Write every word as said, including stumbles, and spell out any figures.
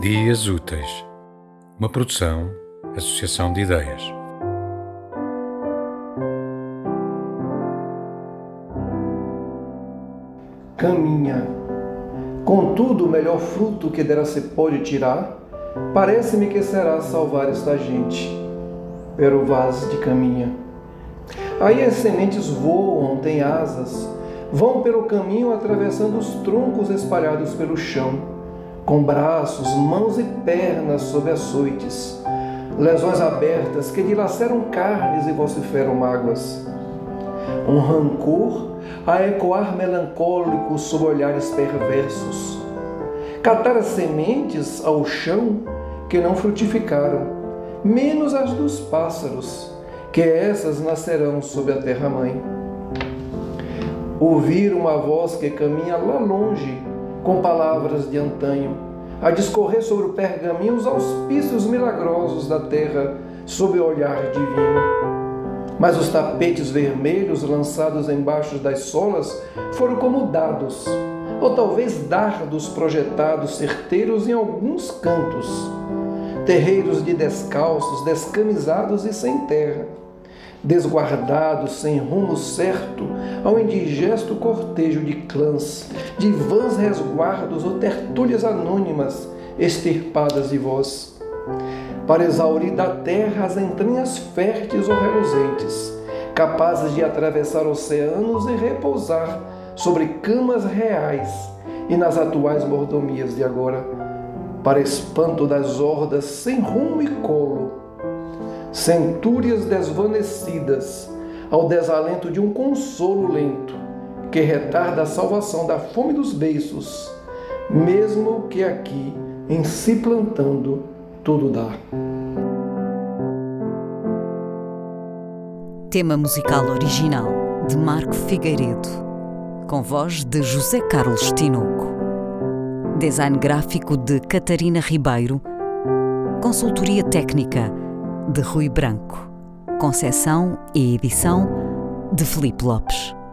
Dias Úteis, uma produção, associação de ideias. Caminha. Contudo, o melhor fruto que dela se pode tirar, parece-me que será salvar esta gente. Pero vaz de caminha. Aí as sementes voam, têm asas, vão pelo caminho atravessando os troncos espalhados pelo chão, com braços, mãos e pernas sob açoites, lesões abertas que dilaceram carnes e vociferam mágoas. Um rancor a ecoar melancólico sob olhares perversos. Catar as sementes ao chão que não frutificaram, menos as dos pássaros, que essas nascerão sob a terra-mãe. Ouvir uma voz que caminha lá longe, com palavras de antanho, a discorrer sobre o pergaminho os auspícios milagrosos da terra sob o olhar divino. Mas os tapetes vermelhos lançados embaixo das solas foram como dados, ou talvez dardos projetados certeiros em alguns cantos. Terreiros de descalços, descamisados e sem terra, desguardados sem rumo certo ao indigesto cortejo de clãs, de vãs resguardos ou tertúlias anônimas extirpadas de voz, para exaurir da terra as entranhas férteis ou reluzentes, capazes de atravessar oceanos e repousar sobre camas reais e nas atuais mordomias de agora, para espanto das hordas sem rumo e colo, centúrias desvanecidas ao desalento de um consolo lento que retarda a salvação da fome dos beiços, mesmo que aqui, em si plantando, tudo dá. Tema musical original de Marco Figueiredo, com voz de José Carlos Tinoco. Design gráfico de Catarina Ribeiro. Consultoria técnica de Rui Branco. Conceção e edição de Filipe Lopes.